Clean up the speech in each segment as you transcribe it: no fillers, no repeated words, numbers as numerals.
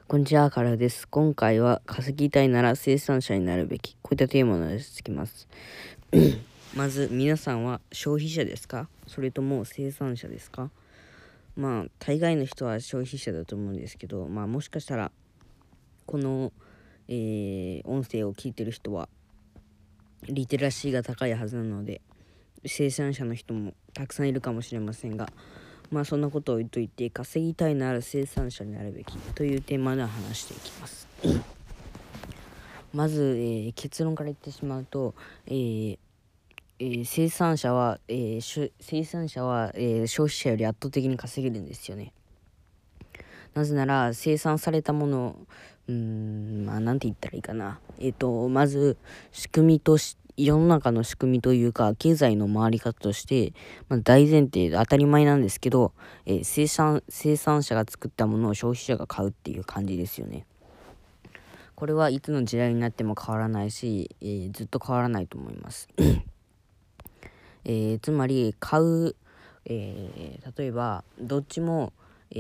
こんにちは、からです。今回は稼ぎたいなら生産者になるべき。こういったテーマにつきます。まず、皆さんは消費者ですか？それとも生産者ですか？大概の人は消費者だと思うんですけど、もしかしたら、この、音声を聞いてる人は、リテラシーが高いはずなので、生産者の人もたくさんいるかもしれませんが、そんなことを置いといて、稼ぎたいなら生産者になるべきというテーマで話していきます。まず、結論から言ってしまうと、生産者は、消費者より圧倒的に稼げるんですよね。なぜなら生産されたもの、なんて言ったらいいかな。まず仕組みとして世の中の仕組みというか経済の回り方として、大前提で当たり前なんですけど、生産者が作ったものを消費者が買うっていう感じですよね。これはいつの時代になっても変わらないし、ずっと変わらないと思います。つまり買う、例えばどっちも、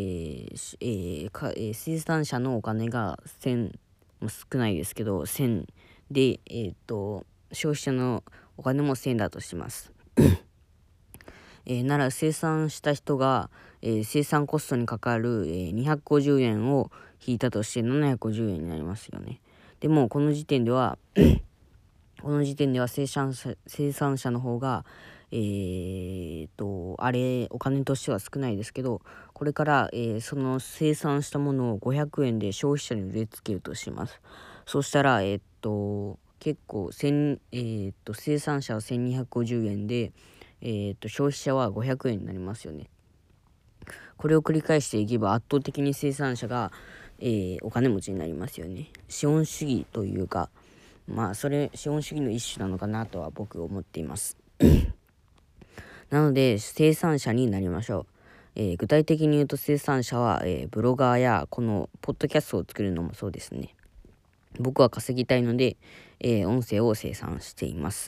生産者のお金が1000少ないですけど1000で、消費者のお金も1000だとします。なら生産した人が、生産コストにかかる、250円を引いたとして750円になりますよね。でもこの時点では生産者の方がお金としては少ないですけど、これから、その生産したものを500円で消費者に売りつけるとします。そうしたら結構生産者は1250円で、消費者は500円になりますよね。これを繰り返していけば圧倒的に生産者が、お金持ちになりますよね。資本主義というか、資本主義の一種なのかなとは僕は思っています。なので生産者になりましょう。具体的に言うと生産者は、ブロガーやこのポッドキャストを作るのもそうですね。僕は稼ぎたいので、音声を生産しています。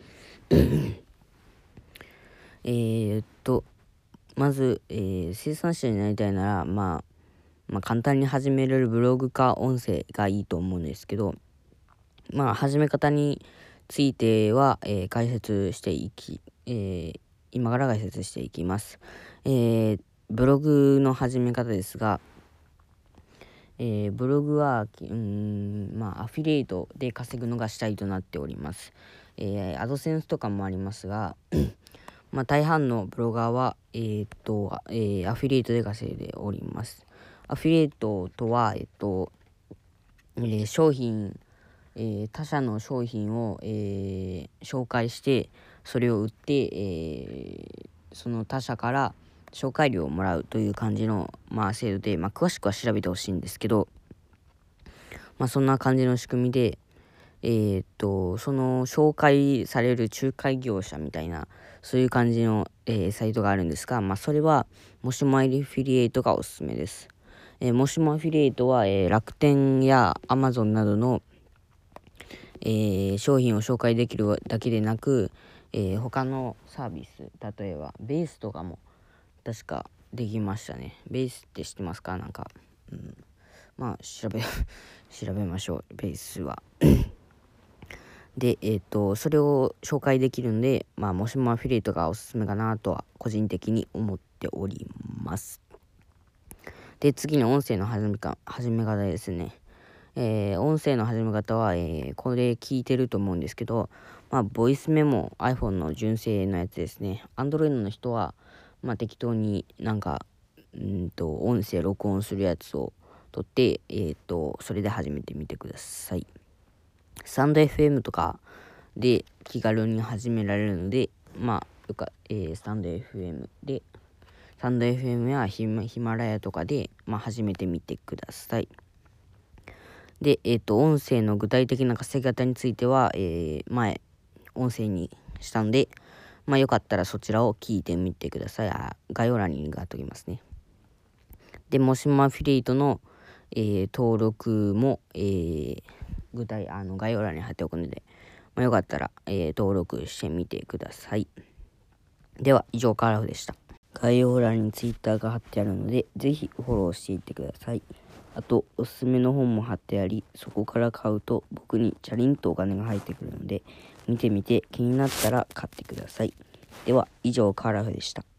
まず、生産者になりたいなら簡単に始めれるブログか音声がいいと思うんですけど、始め方については、今から解説していきます。ブログの始め方ですが、ブログはアフィリエイトで稼ぐのが主体となっております。アドセンスとかもありますが大半のブロガーは、アフィリエイトで稼いでおります。アフィリエイトとは、商品他社の商品を、紹介してそれを売って、その他社から紹介料をもらうという感じの、制度で、詳しくは調べてほしいんですけど、そんな感じの仕組みで、その紹介される仲介業者みたいなそういう感じの、サイトがあるんですが、それはもしもアフィリエイトがおすすめです。もしもアフィリエイトは、楽天やアマゾンなどの商品を紹介できるだけでなく、他のサービス、例えばベースとかも確かできましたね。ベースって知ってますか？調べましょう。ベースはで、それを紹介できるんで、もしもアフィリエイトがおすすめかなとは個人的に思っております。で、次の音声の始め方ですね。音声の始め方は、これ聞いてると思うんですけど、ボイスメモ iPhone の純正のやつですね。Android の人は、適当に音声録音するやつを取って、それで始めてみてください。スタンド FM とかで気軽に始められるので、スタンド FM やヒマラヤとかで、始めてみてください。で、音声の具体的な稼ぎ方については、前音声にしたんで、よかったらそちらを聞いてみてください。概要欄にリンク貼っておきますね。で、もしもアフィリエイトの、登録も、概要欄に貼っておくので、よかったら、登録してみてください。では以上カラフでした。概要欄にツイッターが貼ってあるのでぜひフォローしていってください。 あとおすすめの本も貼ってあり、そこから買うと僕にチャリンとお金が入ってくるので、見てみて気になったら買ってください。では以上、カーラフでした。